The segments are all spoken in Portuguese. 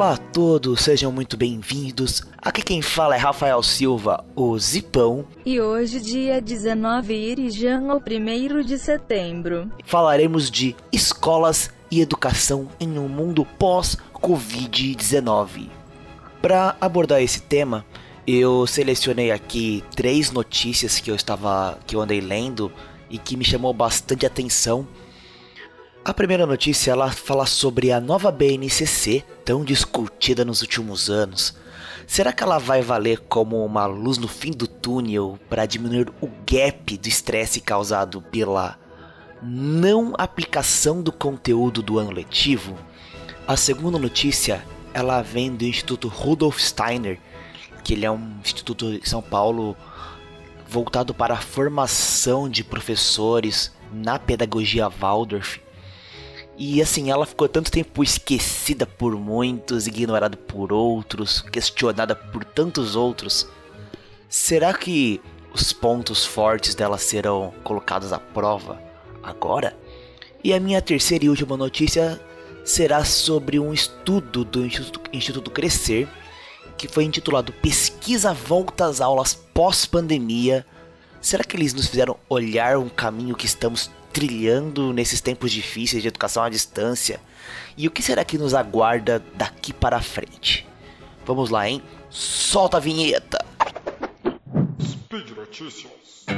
Olá a todos, sejam muito bem-vindos. Aqui quem fala é Rafael Silva, o Zipão. E hoje, dia 19 Irijan, ou 1º de setembro, falaremos de escolas e educação em um mundo pós-Covid-19. Para abordar esse tema, eu selecionei aqui 3 notícias que eu andei lendo e que me chamou bastante atenção. A primeira notícia, ela fala sobre a nova BNCC, tão discutida nos últimos anos. Será que ela vai valer como uma luz no fim do túnel para diminuir o gap do estresse causado pela não aplicação do conteúdo do ano letivo? A segunda notícia, ela vem do Instituto Rudolf Steiner, que ele é um instituto em São Paulo voltado para a formação de professores na pedagogia Waldorf. E assim, ela ficou tanto tempo esquecida por muitos, ignorada por outros, questionada por tantos outros. Será que os pontos fortes dela serão colocados à prova agora? E a minha terceira e última notícia será sobre um estudo do Instituto Crescer, que foi intitulado Pesquisa Volta às Aulas Pós-Pandemia. Será que eles nos fizeram olhar um caminho que estamos trilhando nesses tempos difíceis de educação à distância? E o que será que nos aguarda daqui para frente? Vamos lá, hein? Solta a vinheta! Speed Notícias.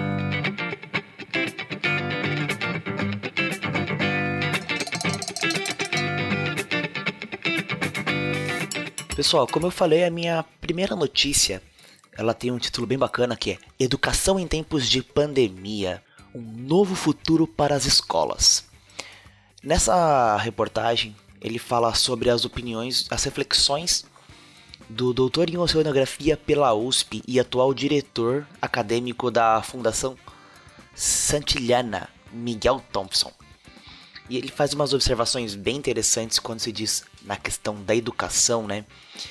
Pessoal, como eu falei, a minha primeira notícia, ela tem um título bem bacana que é Educação em Tempos de Pandemia. Um novo futuro para as escolas. Nessa reportagem, ele fala sobre as opiniões, as reflexões do doutor em oceanografia pela USP e atual diretor acadêmico da Fundação Santillana, Miguel Thompson. E ele faz umas observações bem interessantes quando se diz na questão da educação, né?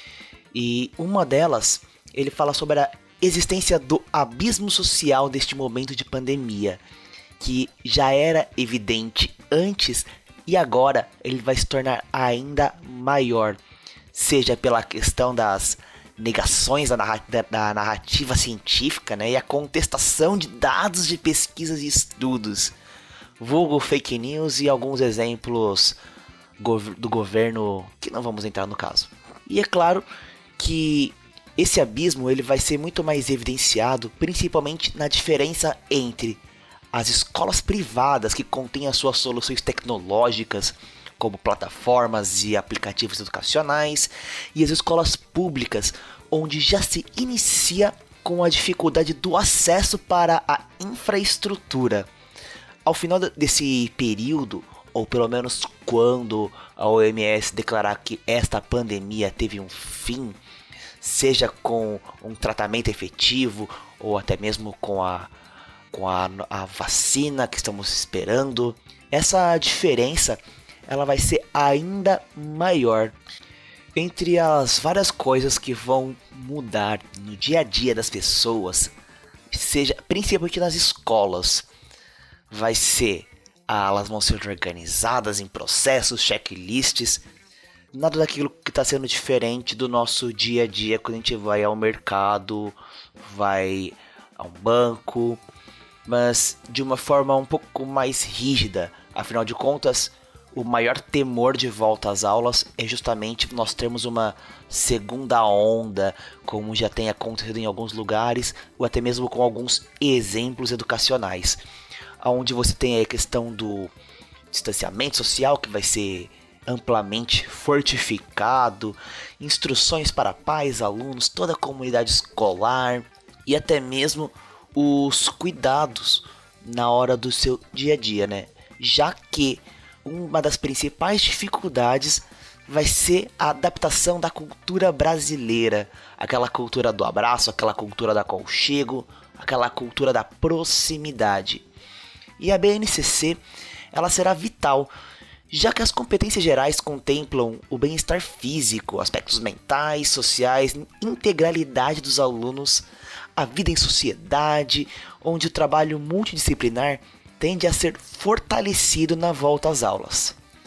E uma delas, ele fala sobre a existência do abismo social deste momento de pandemia, que já era evidente antes e agora ele vai se tornar ainda maior, seja pela questão das negações da narrativa científica, né, e a contestação de dados de pesquisas e estudos, vulgo fake news e alguns exemplos do governo que não vamos entrar no caso. E é claro que esse abismo ele vai ser muito mais evidenciado principalmente na diferença entre as escolas privadas que contêm as suas soluções tecnológicas, como plataformas e aplicativos educacionais, e as escolas públicas, onde já se inicia com a dificuldade do acesso para a infraestrutura. Ao final desse período, ou pelo menos quando a OMS declarar que esta pandemia teve um fim, seja com um tratamento efetivo ou até mesmo com a vacina que estamos esperando, essa diferença ela vai ser ainda maior. Entre as várias coisas que vão mudar no dia a dia das pessoas, seja principalmente nas escolas, elas vão ser organizadas em processos, checklists. Nada daquilo que está sendo diferente do nosso dia a dia quando a gente vai ao mercado, vai a um banco, mas de uma forma um pouco mais rígida. Afinal de contas, o maior temor de volta às aulas é justamente nós termos uma segunda onda, como já tem acontecido em alguns lugares, ou até mesmo com alguns exemplos educacionais, onde você tem a questão do distanciamento social, que vai ser amplamente fortificado, instruções para pais, alunos, toda a comunidade escolar e até mesmo os cuidados na hora do seu dia a dia, né? Já que uma das principais dificuldades vai ser a adaptação da cultura brasileira, aquela cultura do abraço, aquela cultura do aconchego, aquela cultura da proximidade. E a BNCC, ela será vital, já que as competências gerais contemplam o bem-estar físico, aspectos mentais, sociais, integralidade dos alunos, a vida em sociedade, onde o trabalho multidisciplinar tende a ser fortalecido na volta às aulas.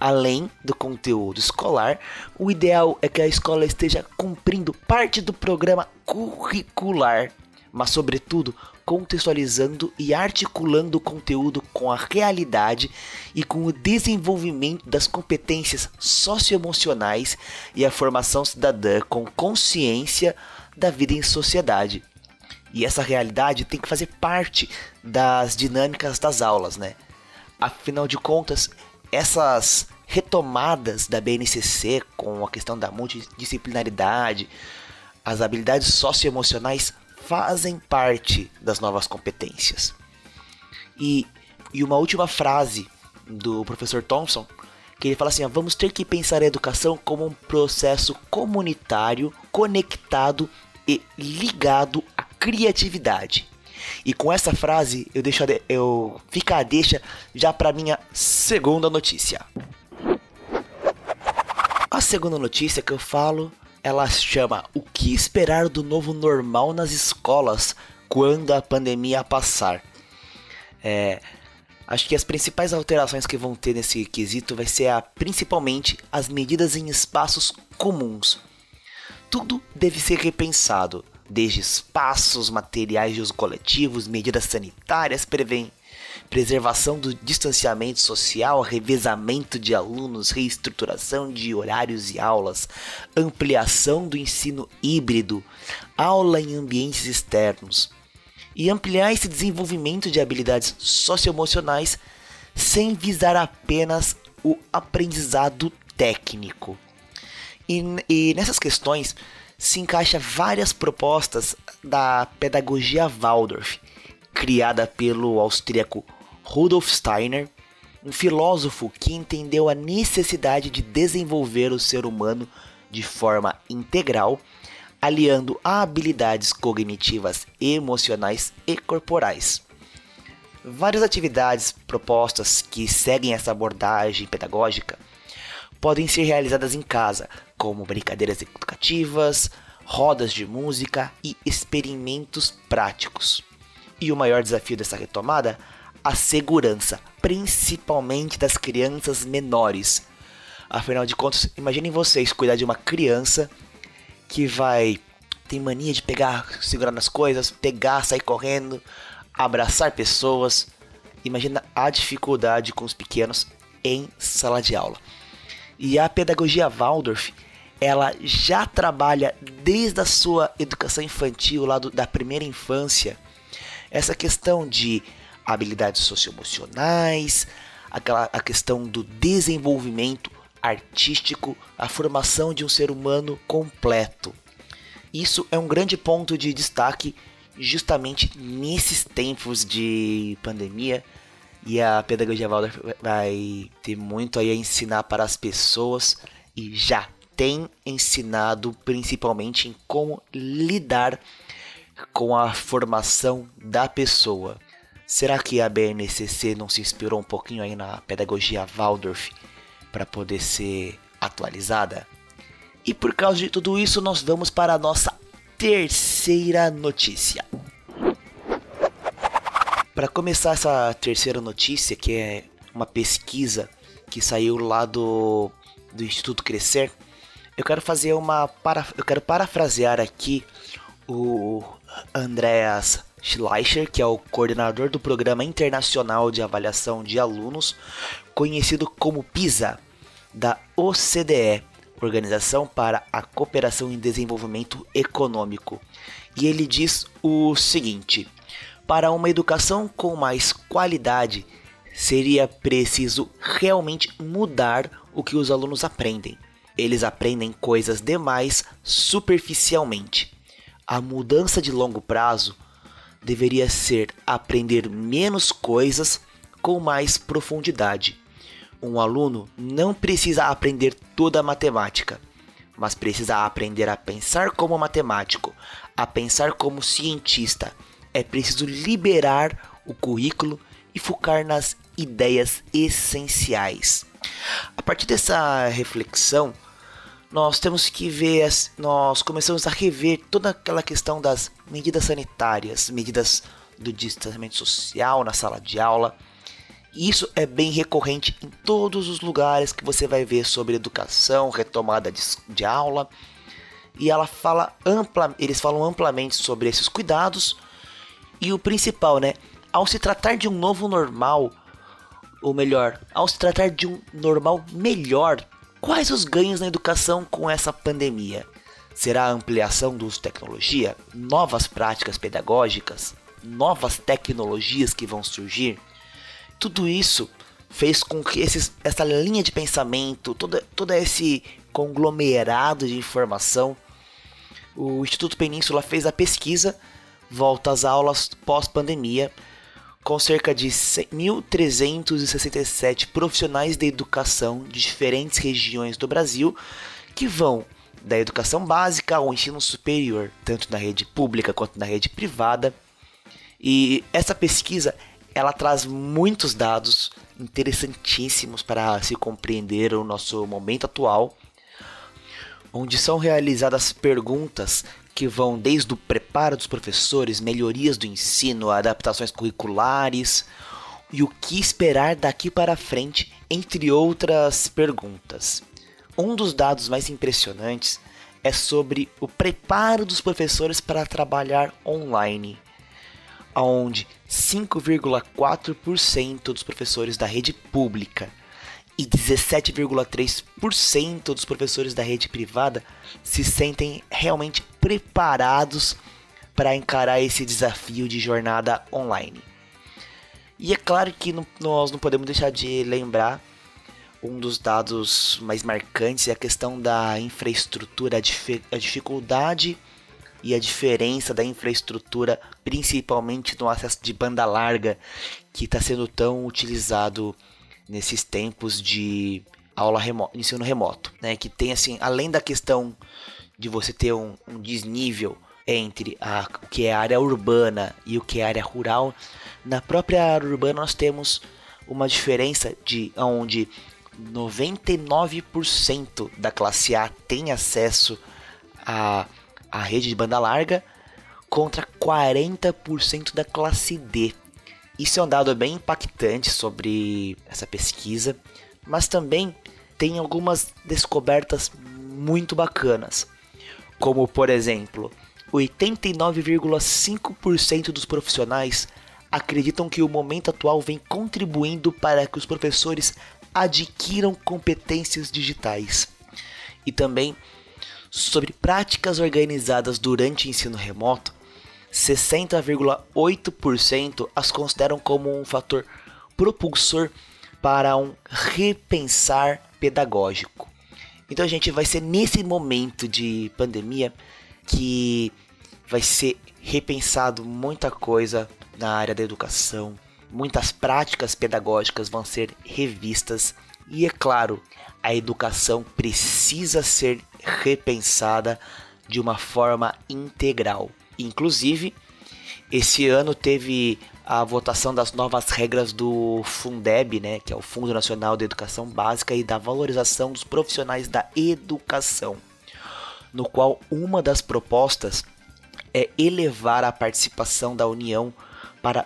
Além do conteúdo escolar, o ideal é que a escola esteja cumprindo parte do programa curricular, mas sobretudo contextualizando e articulando o conteúdo com a realidade e com o desenvolvimento das competências socioemocionais e a formação cidadã com consciência da vida em sociedade. E essa realidade tem que fazer parte das dinâmicas das aulas, né? Afinal de contas, essas retomadas da BNCC com a questão da multidisciplinaridade, as habilidades socioemocionais fazem parte das novas competências. E uma última frase do professor Thompson, que ele fala assim, vamos ter que pensar a educação como um processo comunitário, conectado e ligado à criatividade. E com essa frase fica a deixa já para minha segunda notícia. A segunda notícia que eu falo, ela chama O que esperar do novo normal nas escolas quando a pandemia passar. Acho que as principais alterações que vão ter nesse quesito vai ser principalmente as medidas em espaços comuns. Tudo deve ser repensado, desde espaços, materiais de uso coletivos, medidas sanitárias, preservação do distanciamento social, revezamento de alunos, reestruturação de horários e aulas, ampliação do ensino híbrido, aula em ambientes externos, e ampliar esse desenvolvimento de habilidades socioemocionais sem visar apenas o aprendizado técnico. E nessas questões se encaixa várias propostas da pedagogia Waldorf, criada pelo austríaco Rudolf Steiner, um filósofo que entendeu a necessidade de desenvolver o ser humano de forma integral, aliando habilidades cognitivas, emocionais e corporais. Várias atividades propostas que seguem essa abordagem pedagógica podem ser realizadas em casa, como brincadeiras educativas, rodas de música e experimentos práticos. E o maior desafio dessa retomada, a segurança, principalmente das crianças menores. Afinal de contas, imaginem vocês cuidar de uma criança que tem mania de segurar nas coisas, sair correndo, abraçar pessoas. Imagina a dificuldade com os pequenos em sala de aula. E a pedagogia Waldorf, ela já trabalha desde a sua educação infantil, lá da primeira infância, essa questão de habilidades socioemocionais, a questão do desenvolvimento artístico, a formação de um ser humano completo. Isso é um grande ponto de destaque justamente nesses tempos de pandemia, e a pedagogia Waldorf vai ter muito aí a ensinar para as pessoas e já tem ensinado principalmente em como lidar com a formação da pessoa. Será que a BNCC não se inspirou um pouquinho aí na pedagogia Waldorf para poder ser atualizada? E por causa de tudo isso, nós vamos para a nossa terceira notícia. Para começar essa terceira notícia, que é uma pesquisa que saiu lá do Instituto Crescer, eu quero parafrasear aqui o Andreas Schleicher, que é o coordenador do Programa Internacional de Avaliação de Alunos, conhecido como PISA, da OCDE, Organização para a Cooperação e Desenvolvimento Econômico. E ele diz o seguinte: para uma educação com mais qualidade, seria preciso realmente mudar o que os alunos aprendem. Eles aprendem coisas demais superficialmente. A mudança de longo prazo deveria ser aprender menos coisas com mais profundidade. Um aluno não precisa aprender toda a matemática, mas precisa aprender a pensar como matemático, a pensar como cientista. É preciso liberar o currículo e focar nas ideias essenciais. A partir dessa reflexão, nós começamos a rever toda aquela questão das medidas sanitárias, medidas do distanciamento social na sala de aula, Isso é bem recorrente em todos os lugares que você vai ver sobre educação, retomada de aula. E eles falam amplamente sobre esses cuidados. E o principal, né? Ao se tratar de um novo normal, ou melhor, ao se tratar de um normal melhor, quais os ganhos na educação com essa pandemia? Será a ampliação do uso de tecnologia? Novas práticas pedagógicas? Novas tecnologias que vão surgir? Tudo isso fez com que essa linha de pensamento, todo esse conglomerado de informação, o Instituto Península fez a pesquisa Volta às Aulas pós-pandemia, com cerca de 1.367 profissionais da educação de diferentes regiões do Brasil, que vão da educação básica ao ensino superior, tanto na rede pública quanto na rede privada. E essa pesquisa, ela traz muitos dados interessantíssimos para se compreender o nosso momento atual, onde são realizadas perguntas que vão desde o preparo dos professores, melhorias do ensino, adaptações curriculares e o que esperar daqui para frente, entre outras perguntas. Um dos dados mais impressionantes é sobre o preparo dos professores para trabalhar online, onde 5,4% dos professores da rede pública e 17,3% dos professores da rede privada se sentem realmente preparados para encarar esse desafio de jornada online. E é claro que nós não podemos deixar de lembrar um dos dados mais marcantes, é a questão da infraestrutura, a dificuldade e a diferença da infraestrutura, principalmente no acesso de banda larga, que está sendo tão utilizado nesses tempos de ensino remoto, né? Que tem, assim, além da questão de você ter um desnível entre o que é a área urbana e o que é a área rural, na própria área urbana nós temos uma diferença de onde 99% da classe A tem acesso à rede de banda larga contra 40% da classe D. Isso é um dado bem impactante sobre essa pesquisa, mas também tem algumas descobertas muito bacanas, como por exemplo, 89,5% dos profissionais acreditam que o momento atual vem contribuindo para que os professores adquiram competências digitais. E também sobre práticas organizadas durante o ensino remoto, 60,8% as consideram como um fator propulsor para um repensar pedagógico. Então, gente, vai ser nesse momento de pandemia que vai ser repensado muita coisa na área da educação, muitas práticas pedagógicas vão ser revistas e, é claro, a educação precisa ser repensada de uma forma integral. Inclusive, esse ano teve a votação das novas regras do Fundeb, né, que é o Fundo Nacional de Educação Básica e da Valorização dos Profissionais da Educação, no qual uma das propostas é elevar a participação da União para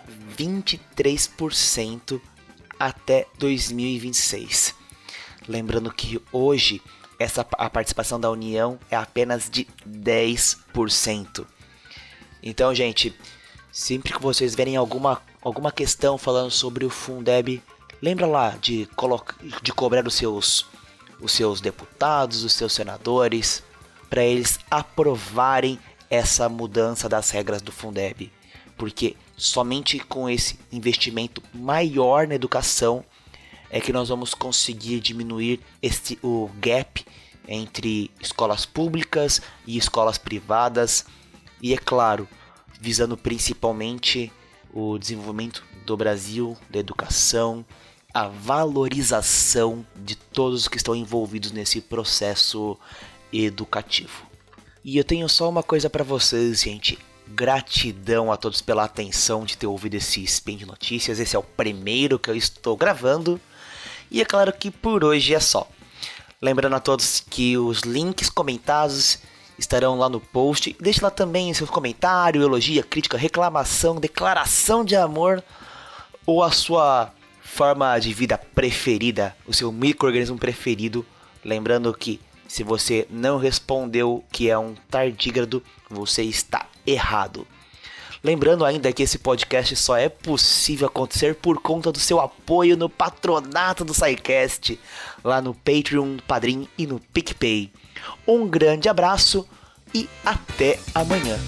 23% até 2026. Lembrando que hoje a participação da União é apenas de 10%. Então, gente, sempre que vocês verem alguma questão falando sobre o Fundeb, lembra lá de cobrar os seus deputados, os seus senadores, para eles aprovarem essa mudança das regras do Fundeb, porque somente com esse investimento maior na educação é que nós vamos conseguir diminuir o gap entre escolas públicas e escolas privadas e, é claro, visando principalmente o desenvolvimento do Brasil, da educação, a valorização de todos que estão envolvidos nesse processo educativo. E eu tenho só uma coisa para vocês, gente. Gratidão a todos pela atenção de ter ouvido esse Spin de Notícias. Esse é o primeiro que eu estou gravando. E é claro que por hoje é só. Lembrando a todos que os links comentados estarão lá no post. Deixe lá também seu comentário, elogio, crítica, reclamação, declaração de amor ou a sua forma de vida preferida, o seu micro-organismo preferido. Lembrando que se você não respondeu que é um tardígrado, você está errado. Lembrando ainda que esse podcast só é possível acontecer por conta do seu apoio no patronato do SciCast, lá no Patreon, no Padrim e no PicPay. Um grande abraço e até amanhã.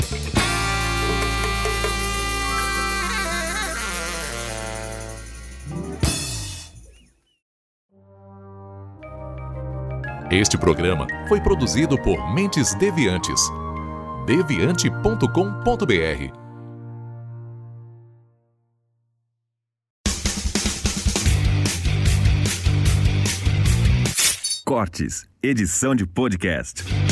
Este programa foi produzido por Mentes Deviantes. deviante.com.br. Cortes, edição de podcast.